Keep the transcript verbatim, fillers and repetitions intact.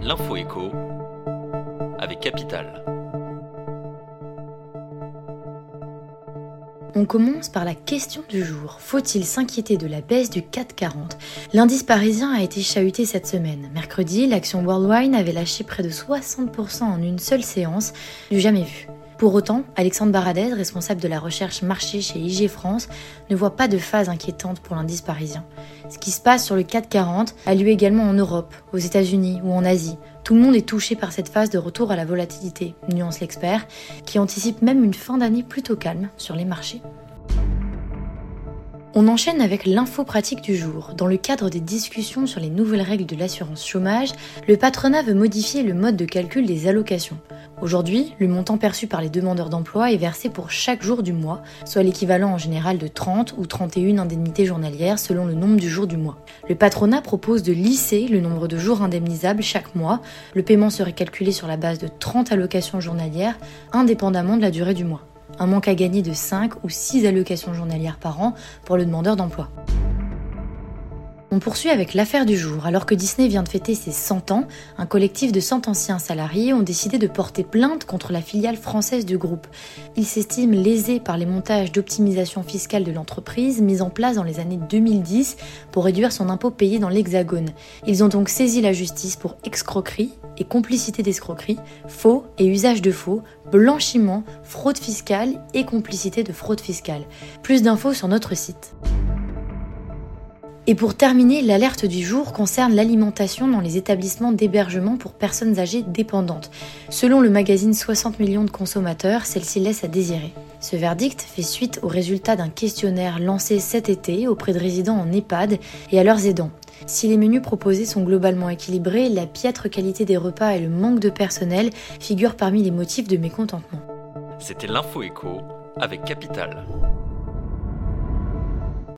L'Info Écho avec Capital. On commence par la question du jour. Faut-il s'inquiéter de la baisse du C A C quarante ? L'indice parisien a été chahuté cette semaine. Mercredi, l'action Worldwine avait lâché près de soixante pour cent en une seule séance, du jamais vu. Pour autant, Alexandre Baradez, responsable de la recherche marché chez I G France, ne voit pas de phase inquiétante pour l'indice parisien. Ce qui se passe sur le C A C quarante a lieu également en Europe, aux États-Unis ou en Asie. Tout le monde est touché par cette phase de retour à la volatilité, nuance l'expert, qui anticipe même une fin d'année plutôt calme sur les marchés. On enchaîne avec l'info pratique du jour. Dans le cadre des discussions sur les nouvelles règles de l'assurance chômage, le patronat veut modifier le mode de calcul des allocations. Aujourd'hui, le montant perçu par les demandeurs d'emploi est versé pour chaque jour du mois, soit l'équivalent en général de trente ou trente et une indemnités journalières selon le nombre du jour du mois. Le patronat propose de lisser le nombre de jours indemnisables chaque mois. Le paiement serait calculé sur la base de trente allocations journalières, indépendamment de la durée du mois. Un manque à gagner de cinq ou six allocations journalières par an pour le demandeur d'emploi. On poursuit avec l'affaire du jour. Alors que Disney vient de fêter ses cent ans, un collectif de cent anciens salariés ont décidé de porter plainte contre la filiale française du groupe. Ils s'estiment lésés par les montages d'optimisation fiscale de l'entreprise mis en place dans les années deux mille dix pour réduire son impôt payé dans l'Hexagone. Ils ont donc saisi la justice pour escroquerie et complicité d'escroquerie, faux et usage de faux, blanchiment, fraude fiscale et complicité de fraude fiscale. Plus d'infos sur notre site. Et pour terminer, l'alerte du jour concerne l'alimentation dans les établissements d'hébergement pour personnes âgées dépendantes. Selon le magazine soixante millions de consommateurs, celle-ci laisse à désirer. Ce verdict fait suite aux résultats d'un questionnaire lancé cet été auprès de résidents en EHPAD et à leurs aidants. Si les menus proposés sont globalement équilibrés, la piètre qualité des repas et le manque de personnel figurent parmi les motifs de mécontentement. C'était l'Info Écho avec Capital.